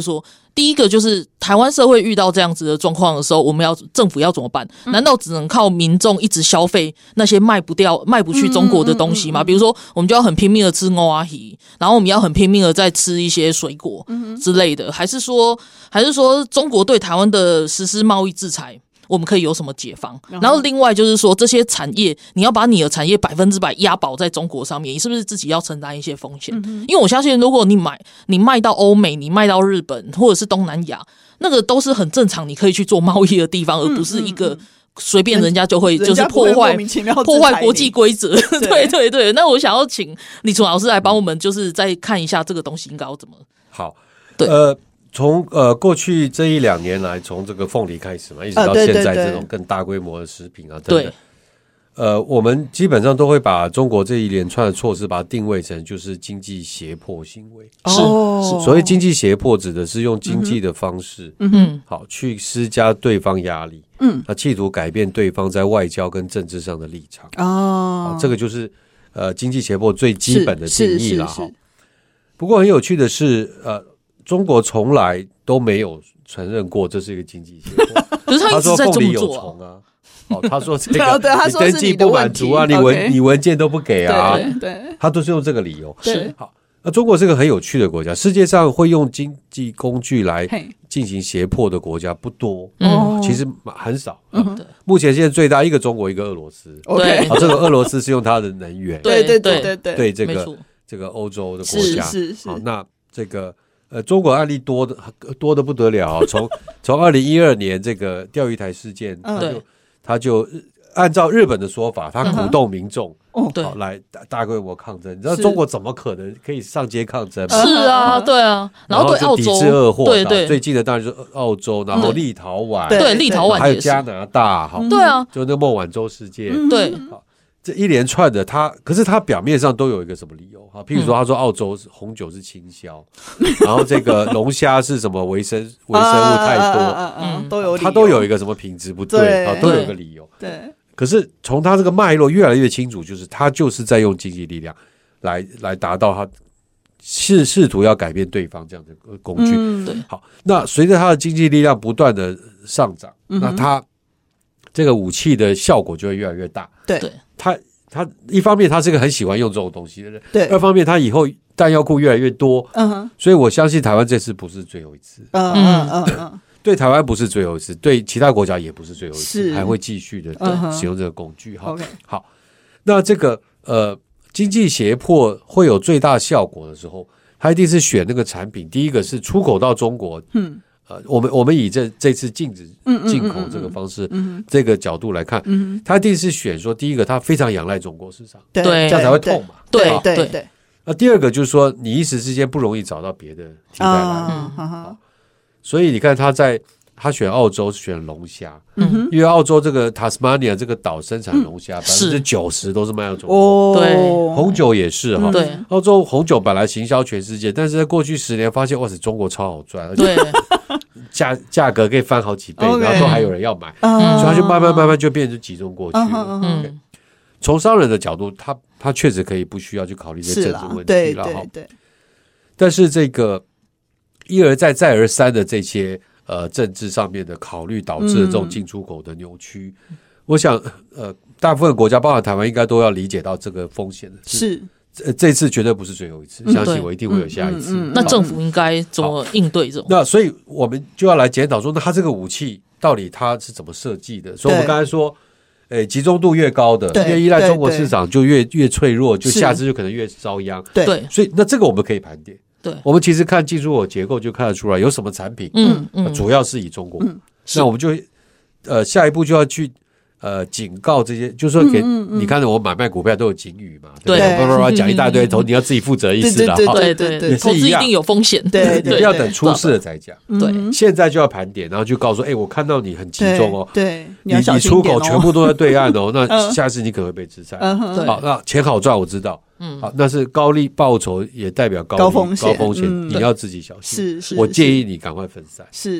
第一个就是台湾社会遇到这样子的状况的时候，我们要政府要怎么办？难道只能靠民众一直消费那些卖不掉、卖不去中国的东西吗？比如说，我们就要很拼命的吃欧阿鱼，然后我们要很拼命的再吃一些水果之类的，还是说，还是说中国对台湾的实施贸易制裁？我们可以有什么解放？然后另外就是说，这些产业你要把你的产业百分之百押宝在中国上面，你是不是自己要承担一些风险？嗯、因为我相信，如果你买你卖到欧美，你卖到日本或者是东南亚，那个都是很正常，你可以去做贸易的地方，而不是一个随便人家就会就是破坏破坏国际规则。对对对，那我想要请李纯老师来帮我们，就是再看一下这个东西应该要怎么好。 对， 呃。从呃过去这一两年来，从这个凤梨开始嘛，一直到现在这种更大规模的食品啊等等，呃，我们基本上都会把中国这一连串的措施，把它定位成就是经济胁迫行为。 是， 哦、所谓经济胁迫，指的是用经济的方式，嗯哼，好去施加对方压力，嗯，那企图改变对方在外交跟政治上的立场。哦，这个就是呃经济胁迫最基本的定义了哈。不过很有趣的是，呃。中国从来都没有承认过这是一个经济胁迫， 可是他一直在这么做、啊。 他说凤梨有虫啊，哦，他说这个你登记不满足啊，你文你文件都不给啊， 对对， 他都是用这个理由。 是好，那中国是个很有趣的国家，世界上会用经济工具来进行胁迫的国家不多，嗯，其实很少。嗯，目前现在最大一个中国，一个俄罗斯。 对， 好，这个俄罗斯是用它的能源， 对对对对对， 对这个这个欧洲的国家， 是是是。 好，那这个。呃，中国案例多的多的不得了、哦，从从二零一二年这个钓鱼台事件，他就他就按照日本的说法，他鼓动民众、嗯、好来大大规模抗争。你知道中国怎么可能可以上街抗争吗？ 是啊，对啊，然后对澳洲抵制恶货， 对对， 最近的当然就是澳洲，然后立陶宛， 对立陶宛还有加拿大，好， 对啊， 就那孟晚舟事件， 对， 好。这一连串的他，可是他表面上都有一个什么理由哈？譬如说，他说澳洲红酒是倾销，嗯、然后这个龙虾是什么微生微生物太多， 啊啊啊啊、都有他都有一个什么品质不对啊，都有一个理由。 对， 可是从他这个脉络越来越清楚，就是他就是在用经济力量来来达到他试试图要改变对方这样的工具。 嗯、对， 好，那随着他的经济力量不断的上涨，嗯、那他这个武器的效果就会越来越大。 对。 他他一方面他是个很喜欢用这种东西的人， 对； 二方面他以后弹药库越来越多， 嗯哼， 所以我相信台湾这次不是最后一次， 嗯嗯嗯嗯， 对台湾不是最后一次，对其他国家也不是最后一次，还会继续的使用这个工具。哈、 嗯， 好，那这个呃经济胁迫会有最大效果的时候，他一定是选那个产品，第一个是出口到中国，嗯。呃，我们我们以这这次禁止进口这个方式，嗯嗯、这个角度来看，嗯、他一定是选说，第一个他非常仰赖中国市场， 对， 这样才会痛嘛， 对对 对, 对。 那第二个就是说，你一时之间不容易找到别的替代来源，啊、所以你看他在他选澳洲选龙虾，嗯、因为澳洲这个塔斯马尼亚这个岛生产龙虾百分之九十都是卖到中国， 哦、对， 红酒也是哈， 对， 澳洲红酒本来行销全世界，但是在过去十年发现，哇塞，中国超好赚，而且对。 价价格可以翻好几倍， okay, 然后都还有人要买， 嗯、 所以他就慢慢慢慢就变成集中过去了。 嗯， 从、okay 商人的角度，他他确实可以不需要去考虑这政治问题了哈。 对， 但是这个一而再再而三的这些呃政治上面的考虑，导致了这种进出口的扭曲。嗯、我想呃，大部分国家，包括台湾，应该都要理解到这个风险的是。 呃，这次绝对不是最后一次，嗯、相信我一定会有下一次。 嗯嗯嗯、那政府应该怎么应对这种？ 那所以我们就要来检讨说，那他这个武器到底它是怎么设计的？所以我们刚才说，诶，集中度越高的，越依赖中国市场，就越越脆弱，就下次就可能越遭殃。 对， 所以那这个我们可以盘点。 对， 我们其实看进出口结构就看得出来，有什么产品， 嗯嗯， 主要是以中国。 嗯、 那我们就呃下一步就要去。呃，警告这些，就是说给、嗯嗯、你看，我买卖股票都有警语嘛，对不对？叭叭叭讲一大堆，投、嗯、你要自己负责意思的， 对对对对， 投资一定有风险， 对， 你不要等出事了才讲， 对， 现在就要盘点，然后就告诉，哎，我看到你很集中哦， 对， 你你出口全部都在对岸哦，那下次你可能会被制裁。好，那钱好赚我知道，嗯，好，那是高利报酬也代表高高风险， 高风险，你要自己小心。 是是， 我建议你赶快分散。 是。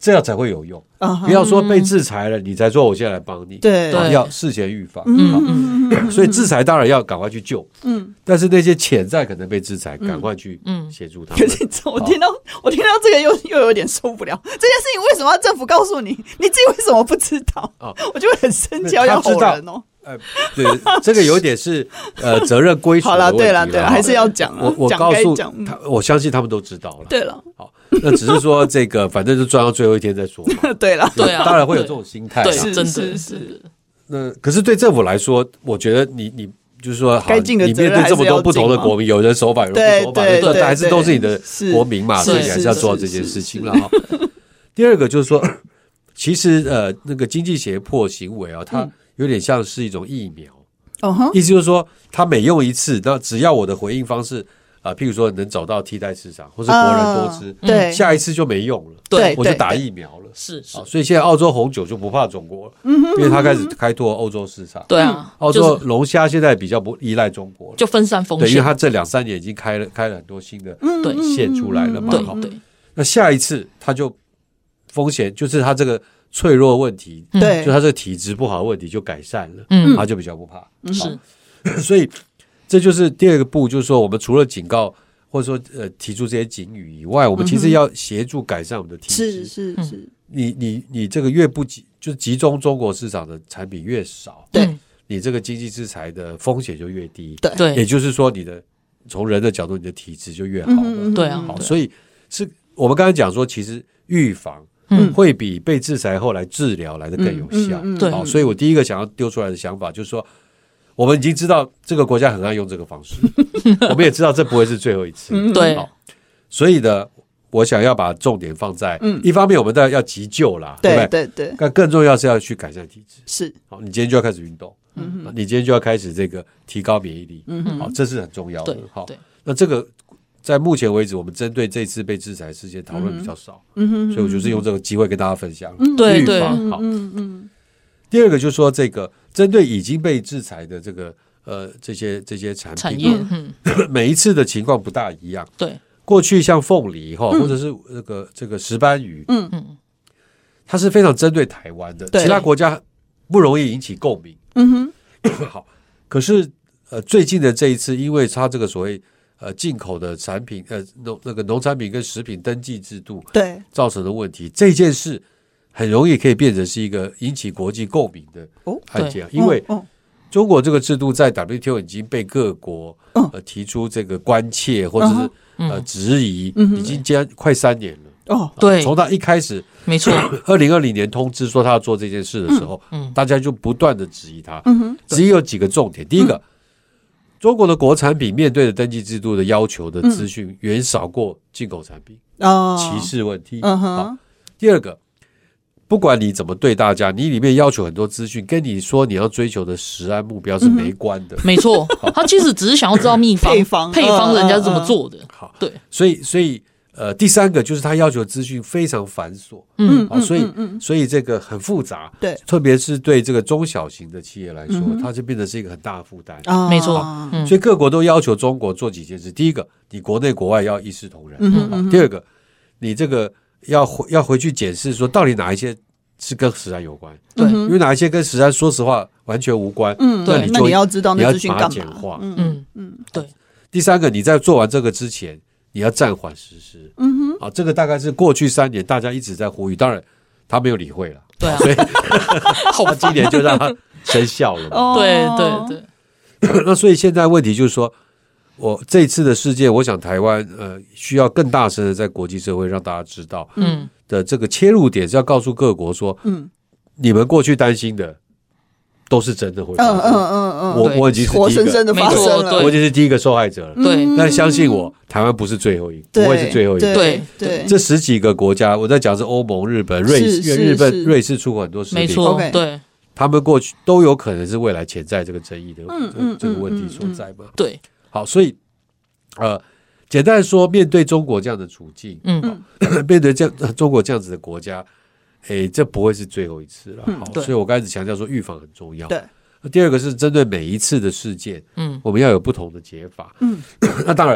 这样才会有用。 Uh-huh, 不要说被制裁了，你才说我现在来帮你。 对， 要事前预防。 嗯嗯，所以制裁当然要赶快去救。嗯，但是那些潜在可能被制裁，赶快去协助他们。 可是我听到我听到这个又又有点受不了。这件事情为什么要政府告诉你？你自己为什么不知道？哦，我就会很生气，要吼人哦。 呃，对，这个有点是呃责任归属的问题。好了， 对了，对了，还是要讲。 我我告诉他，我相信他们都知道了。 对了， 好，那只是说这个，反正就赚到最后一天再说。 对了， 对啊， 当然会有这种心态。 对，是真的是。 那可是对政府来说，我觉得你你就是说， 该尽的你面对这么多不同的国民，有人守法，有人不守法，对，还是都是你的国民嘛，所以你还是要做到这件事情了哈。第二个就是说，其实呃，那个经济胁迫行为啊，它有点像是一种疫苗。意思就是说，他每用一次，那只要我的回应方式啊、呃，譬如说能找到替代市场，或是国人多吃， 呃、对， 下一次就没用了， 对， 我就打疫苗了， 是是、 啊。所以现在澳洲红酒就不怕中国了，嗯、因为他开始开拓欧洲市场。 对啊， 澳洲龙虾现在比较不依赖中国了， 就分散风险。 对，因为他这两三年已经开了开了很多新的线出来了嘛， 对对。 那下一次他就风险就是他这个脆弱问题， 对， 就他这个体质不好的问题就改善了， 嗯， 他就比较不怕， 嗯、是。 所以这就是第二个步，就是说我们除了警告或者说呃提出这些警语以外，我们其实要协助改善我们的体质。 是是是， 你你你这个越不集，就是集中中国市场的产品越少， 对， 你这个经济制裁的风险就越低。 对对， 也就是说你的从人的角度，你的体质就越好了。 嗯、对啊， 好，所以是我们刚才讲说，其实预防。 嗯， 会比被制裁后来治疗来得更有效。 嗯嗯嗯、对， 好，所以我第一个想要丢出来的想法就是说，我们已经知道这个国家很爱用这个方式，我们也知道这不会是最后一次。 嗯、对， 所以呢，我想要把重点放在，嗯、一方面我们当然要急救啦， 对不对？ 对对。 但更重要是要去改善体质。 是， 好，你今天就要开始运动，嗯，你今天就要开始这个提高免疫力， 嗯， 好，这是很重要的。好， 对， 那这个。在目前为止，我们针对这次被制裁事件讨论比较少，嗯哼，所以我就是用这个机会跟大家分享， 嗯、对对， 好，嗯嗯。第二个就是说，这个针对已经被制裁的这个呃这些这些产品产业，嗯， 每一次的情况不大一样。 对， 过去像凤梨哈，或者是那个这个石斑鱼，嗯嗯，它是非常针对台湾的，其他国家不容易引起共鸣。 嗯哼，好，可是呃最近的这一次，因为它这个所谓呃，进口的产品，呃，农那个农产品跟食品登记制度对造成的问题，这件事很容易可以变成是一个引起国际共鸣的案件，哦、因为中国这个制度在 W T O 已经被各国、 哦、 呃提出这个关切或者是、嗯、呃质疑，嗯、已经将近快三年了。 哦，对， 从他一开始， 没错， 二零二零年通知说他要做这件事的时候，嗯嗯、大家就不断的质疑他， 嗯、 质疑有几个重点，第一个。嗯中国的国产品面对的登记制度的要求的资讯远少过进口产品， 哦， 歧视问题。 嗯哼。 第二个，不管你怎么对大家，你里面要求很多资讯，跟你说你要追求的食安目标是没关的。 没错，他其实只是想要知道秘方、 配方、 配方人家是怎么做的。 好， 对， 所以所以。呃，第三个就是他要求的资讯非常繁琐， 嗯， 好，所以、 嗯嗯、 所以这个很复杂， 对， 特别是对这个中小型的企业来说，嗯、它就变得是一个很大的负担， 啊， 没错， 嗯、所以各国都要求中国做几件事：第一个，你国内国外要一视同仁； 嗯嗯、 第二个，你这个要回要回去检视说，到底哪一些是跟食安有关， 对， 因为哪一些跟食安说实话完全无关， 嗯， 那你就那你要知道那资讯干嘛？ 简化， 嗯嗯嗯， 对。 第三个，你在做完这个之前。你要暂缓实施， 嗯哼， 啊，这个大概是过去三年大家一直在呼吁，当然他没有理会了， 对啊， 所以他今年就让他生效了嘛， 哦、 对对对。那所以现在问题就是说，我这一次的事件，我想台湾呃需要更大声的在国际社会让大家知道， 嗯的这个切入点是要告诉各国说， 嗯， 你们过去担心的。都是真的会发生， 嗯嗯嗯嗯， 我我已经是活生生的发生了， 我已经是第一个受害者了。 对， 但相信我，台湾不是最后一个，不会是最后一个。 对对， 这十几个国家，我在讲是欧盟、日本、瑞士，因为日本、瑞士出口很多食品， 没错，对， 他们过去都有可能是未来潜在这个争议的这个问题所在嘛。 对， 好，所以呃，简单说，面对中国这样的处境， 嗯， 面对这样中国这样子的国家，哎，这不会是最后一次了。好，所以我刚才强调说，预防很重要。 对。 第二个是针对每一次的事件，嗯，我们要有不同的解法， 嗯， 那当然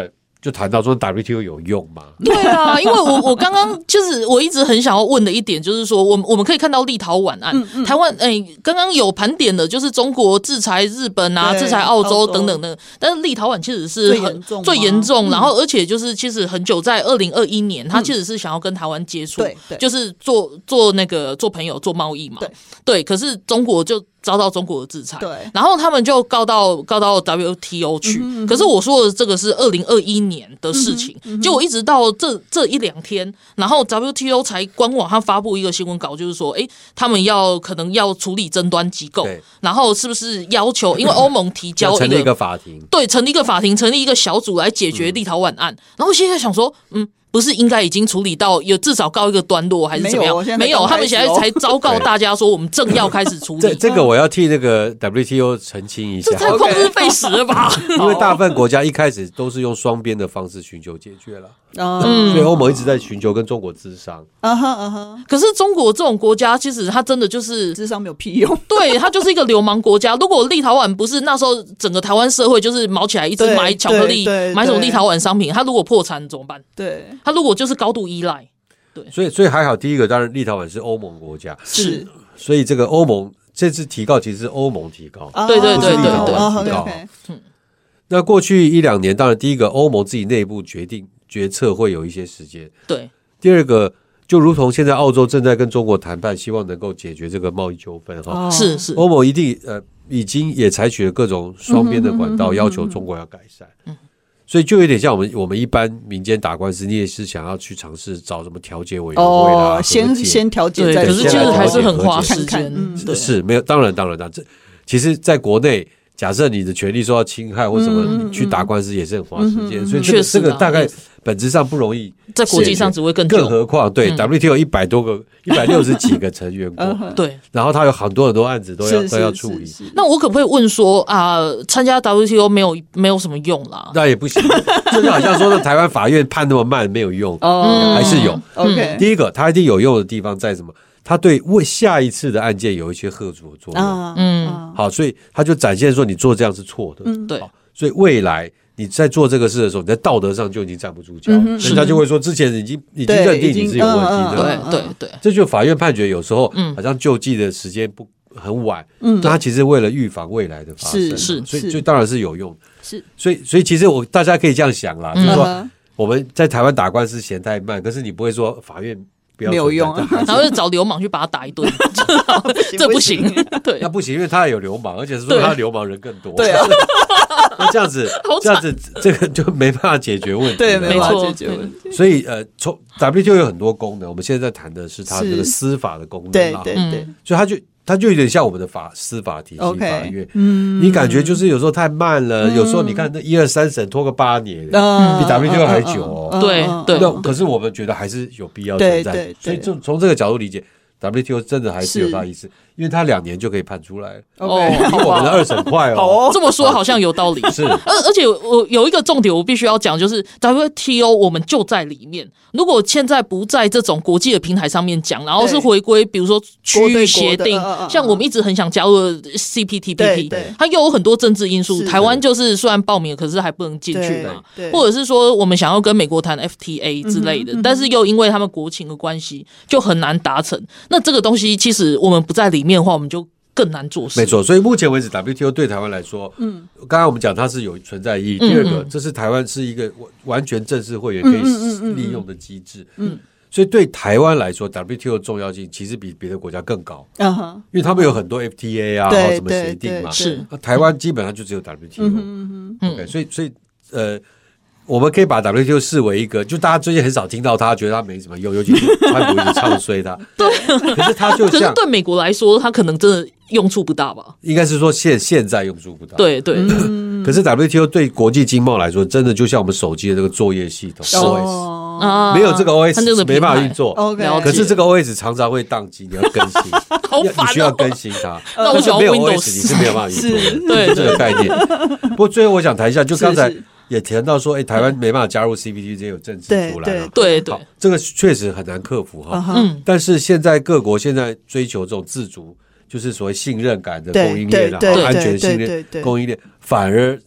就谈到说 W T O 有用吗？ 对啊，因为我我刚刚就是我一直很想要问的一点，就是说，我们我们可以看到立陶宛案，嗯嗯、台湾哎，刚刚有盘点的，就是中国制裁日本啊，制裁澳洲等等的，但是立陶宛其实是很最严重，然后而且就是其实很久，在二零二一年，他其实是想要跟台湾接触，嗯、就是做做那个做朋友做贸易嘛，对，对，可是中国就遭到中国的制裁，对，然后他们就告到告到 W T O 去，嗯嗯、可是我说的这个是二零二一年的事情，嗯嗯、结果一直到这这一两天，然后 W T O 才官网他发布一个新闻稿，就是说，哎，他们要可能要处理争端机构，然后是不是要求，因为欧盟提交一个成立一个法庭， 对，成立一个法庭，成立一个小组来解决立陶宛案，嗯、然后现在想说，嗯。不是应该已经处理到有至少告一个段落还是怎么样？没有，他们现在才昭告大家说我们正要开始处理。 这这个我要替那个 W T O 澄清一下， 这太旷日费时了吧？ 因为大部分国家一开始都是用双边的方式寻求解决了，嗯，所以欧盟一直在寻求跟中国咨商。 嗯哼嗯哼。可是中国这种国家，其实它真的就是咨商没有屁用， 对，它就是一个流氓国家。如果立陶宛不是那时候整个台湾社会就是毛起来一直买巧克力，买什么立陶宛商品，它如果破产怎么办？ 对， 它如果就是高度依赖，对， 所以所以还好，第一个当然立陶宛是欧盟国家， 是， 所以这个欧盟这次提告其实是欧盟提告， 对对对对对，提告。嗯，那过去一两年，当然第一个欧盟自己内部决定决策会有一些时间， 对。 第二个，就如同现在澳洲正在跟中国谈判，希望能够解决这个贸易纠纷哈， 是是， 欧盟一定呃已经也采取了各种双边的管道，要求中国要改善。嗯。所以就有点像我们我们一般民间打官司，你也是想要去尝试找什么调解委员会啦， 哦、先先调解再， 可是其实还是很花时间。 嗯、 是没有，当然当然当然，这其实在国内，假设你的权利受到侵害或什么，嗯、你去打官司也是很花时间。嗯、所以这个这个大概本质上不容易， 在国际上只会更久， 更何况对、嗯、W T O 一百多个、一百六十几个成员国， 对， 然后他有很多很多案子都要都要处理。 那我可不可以问说啊，参加 W T O 没有没有什么用啦？ 那也不行，就好像说台湾法院判那么慢没有用， 哦、 还是有。 OK， 第一个，它一定有用的地方在什么？它对为下一次的案件有一些吓阻的作用。嗯，好，所以它就展现说你做这样是错的。 嗯，对。 所以未来你在做这个事的时候，你在道德上就已经站不住脚，嗯、人家就会说之前已经已经认定你是有问题的。 对对对， 这就法院判决有时候好像救济的时间不很晚，嗯，但它其实为了预防未来的发生， 是是， 所以就当然是有用。 是， 所以所以其实我大家可以这样想啦，就是说我们在台湾打官司嫌太慢，可是你不会说法院。 没有用， 然后就找流氓去把他打一顿，这不行。对， 那不行，因为他有流氓，而且是说他流氓人更多。 对啊， 那这样子，这样子，这个就没办法解决问题。 对，没办法解决问题。 所以呃，从 W T O 有很多功能，我们现在在谈的是它这个司法的功能。 对对对， 所以它就。它就有点像我们的法司法体系， okay, 法院，嗯，你感觉就是有时候太慢了，嗯、有时候你看那一二三审拖个八年，嗯、比 W T O 还久哦。 嗯、对对， 那可是我们觉得还是有必要存在， 对对对， 所以就从这个角度理解 ，W T O 真的还是有它的意思，因为它两年就可以判出来。 哦， 比我们的二审快哦。 哦，这么说好像有道理。 是， 而而且我有一个重点，我必须要讲，就是 W T O 我们就在里面。如果现在不在这种国际的平台上面讲，然后是回归，比如说区域协定，像我们一直很想加入的 C P T P P， 它又有很多政治因素。台湾就是虽然报名，可是还不能进去嘛。或者是说我们想要跟美国谈 F T A 之类的，嗯、但是又因为他们国情的关系，就很难达成。那这个东西其实我们不在里面的话，我们就更难做事。 没错，所以目前为止 W T O 对台湾来说，嗯，刚刚我们讲它是有存在意义。第二个，这是台湾是一个完全正式会员可以利用的机制，嗯，所以对台湾来说 ，W T O 的重要性其实比别的国家更高，嗯哼，因为他们有很多 F T A 啊，或什么协定嘛， 是， 台湾基本上就只有 W T O，嗯哼 ，OK， 所以所以呃。我们可以把 W T O 视为一个，就大家最近很少听到他，觉得他没什么用，尤其是川普一直唱衰他。 对， 可是他就像， 可是对美国来说，他可能真的用处不大吧？ 应该是说现现在用处不大。 对对。 嗯、可是 W T O 对国际经贸来说，真的就像我们手机的这个作业系统 O S，、哦、没有这个 O S 没办法运作。 Okay, 可是这个 O S 常常会宕机，你要更新， 好烦、哦、 你需要更新它。 那我想没有 O S 你是没有办法运作的，对这个概念。不过最后我想谈一下，就刚才。是是也提到说，哎、欸，台湾没办法加入 C P T， 这些有政治出来了， 对对， 这个确实很难克服哈。 嗯， 但是现在各国现在追求这种自主，就是所谓信任感的供应链啊，安全信任供应链，反而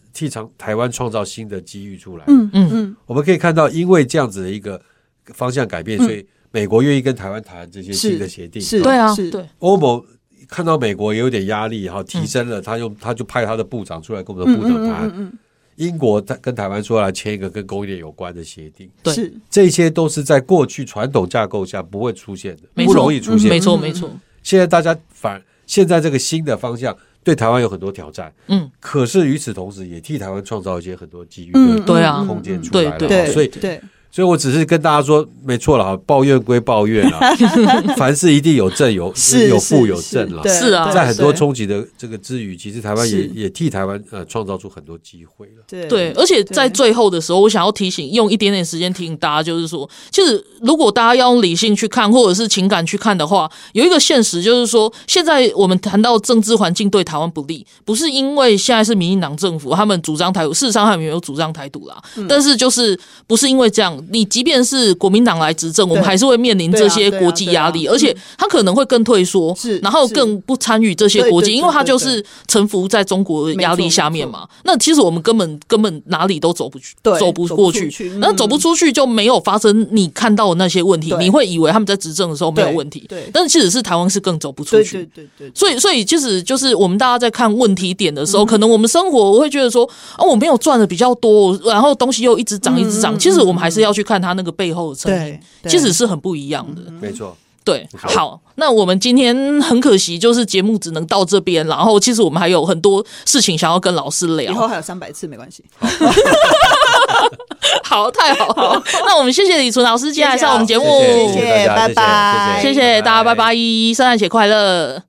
替长台湾创造新的机遇出来。 嗯嗯嗯， 我们可以看到，因为这样子的一个方向改变，所以美国愿意跟台湾谈这些新的协定。 是， 对啊， 是对。 欧盟看到美国也有点压力，哈，提升了，他用他就派他的部长出来跟我们的部长谈。嗯嗯嗯嗯，英国跟台湾说来签一个跟供应链有关的协定， 对， 是这些都是在过去传统架构下不会出现的，不容易出现。 没错，没错。 现在大家反现在这个新的方向对台湾有很多挑战，嗯，可是与此同时也替台湾创造一些很多机遇跟空间出来了， 对对， 所以对。 所以我只是跟大家说，没错了，抱怨归抱怨啦，凡事一定有正有有负有正啦， 是啊， 在很多冲击的这个之余，其实台湾也也替台湾呃创造出很多机会了。 对对，而且在最后的时候，我想要提醒，用一点点时间提醒大家，就是说，其实如果大家要用理性去看，或者是情感去看的话，有一个现实就是说，现在我们谈到政治环境对台湾不利，不是因为现在是民进党政府他们主张台独，事实上他们也有主张台独啦，嗯、但是就是不是因为这样。你即便是国民党来执政，我们还是会面临这些国际压力，而且他可能会更退缩，然后更不参与这些国际，因为他就是臣服在中国的压力下面嘛。那其实我们根本根本哪里都走不去，走不过去。那走不出去就没有发生你看到的那些问题，你会以为他们在执政的时候没有问题，但是其实是台湾是更走不出去。 对对对。 所以所以其实就是我们大家在看问题点的时候，可能我们生活我会觉得说啊，我没有赚的比较多，然后东西又一直涨一直涨，其实我们还是要去看它那个背后的成因，其实是很不一样的。 没错， 对，好，那我们今天很可惜，就是节目只能到这边，然后其实我们还有很多事情想要跟老师聊， 以后还有三百次没关系。 好，太好了，那我们谢谢李纯老师今天来上我们节目， 谢谢，拜拜， 谢谢大家，拜拜，圣诞节快乐。